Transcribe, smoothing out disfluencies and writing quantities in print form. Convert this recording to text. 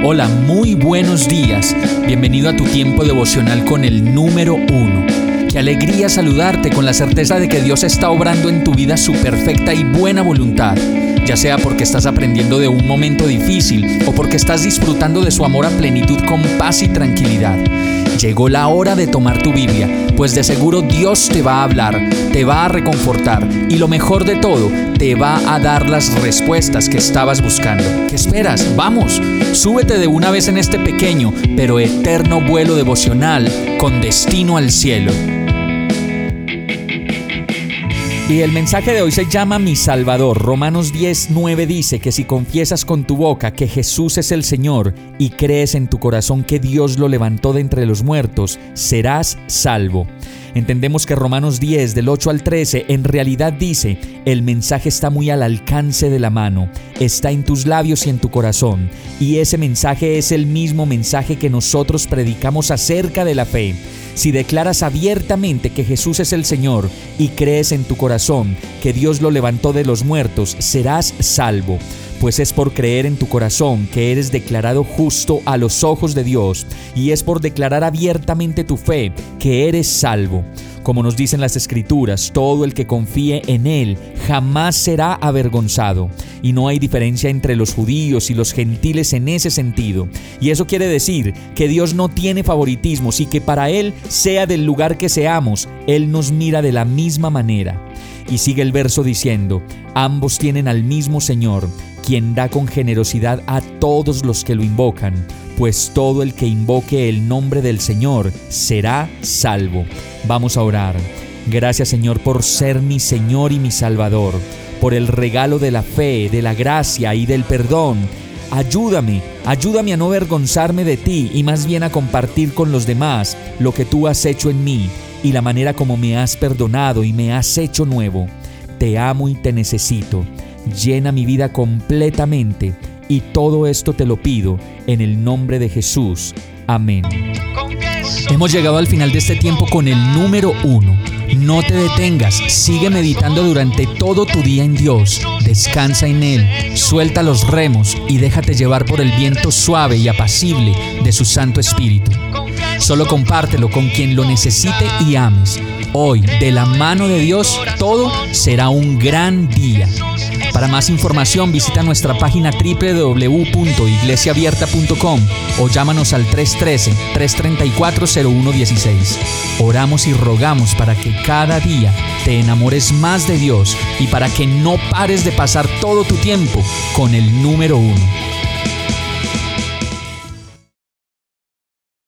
Hola, muy buenos días. Bienvenido a tu tiempo devocional con el número 1. Qué alegría saludarte con la certeza de que Dios está obrando en tu vida su perfecta y buena voluntad, ya sea porque estás aprendiendo de un momento difícil o porque estás disfrutando de su amor a plenitud con paz y tranquilidad. Llegó la hora de tomar tu Biblia, pues de seguro Dios te va a hablar, te va a reconfortar y lo mejor de todo, te va a dar las respuestas que estabas buscando. ¿Qué esperas? ¡Vamos! Súbete de una vez en este pequeño pero eterno vuelo devocional con destino al cielo. Y el mensaje de hoy se llama Mi Salvador. Romanos 10:9 dice que si confiesas con tu boca que Jesús es el Señor y crees en tu corazón que Dios lo levantó de entre los muertos, serás salvo. Entendemos que Romanos 10, del 8 al 13, en realidad dice, el mensaje está muy al alcance de la mano, está en tus labios y en tu corazón, y ese mensaje es el mismo mensaje que nosotros predicamos acerca de la fe. Si declaras abiertamente que Jesús es el Señor y crees en tu corazón que Dios lo levantó de los muertos, serás salvo. Pues es por creer en tu corazón que eres declarado justo a los ojos de Dios, y es por declarar abiertamente tu fe que eres salvo. Como nos dicen las Escrituras, todo el que confíe en Él jamás será avergonzado. Y no hay diferencia entre los judíos y los gentiles en ese sentido. Y eso quiere decir que Dios no tiene favoritismos y que para Él, sea del lugar que seamos, Él nos mira de la misma manera. Y sigue el verso diciendo, ambos tienen al mismo Señor, quien da con generosidad a todos los que lo invocan, pues todo el que invoque el nombre del Señor será salvo. Vamos a orar. Gracias, Señor, por ser mi Señor y mi Salvador, por el regalo de la fe, de la gracia y del perdón. Ayúdame a no avergonzarme de ti y más bien a compartir con los demás lo que tú has hecho en mí y la manera como me has perdonado y me has hecho nuevo. Te amo y te necesito. Llena mi vida completamente y todo esto te lo pido en el nombre de Jesús. Amén. Hemos llegado al final de este tiempo con el número 1. No te detengas, sigue meditando durante todo tu día en Dios. Descansa en Él, suelta los remos y déjate llevar por el viento suave y apacible de su Santo Espíritu. Solo compártelo con quien lo necesite y ames. Hoy, de la mano de Dios, todo será un gran día. Para más información visita nuestra página www.iglesiaabierta.com o llámanos al 313-334-0116. Oramos y rogamos para que cada día te enamores más de Dios y para que no pares de pasar todo tu tiempo con el número 1.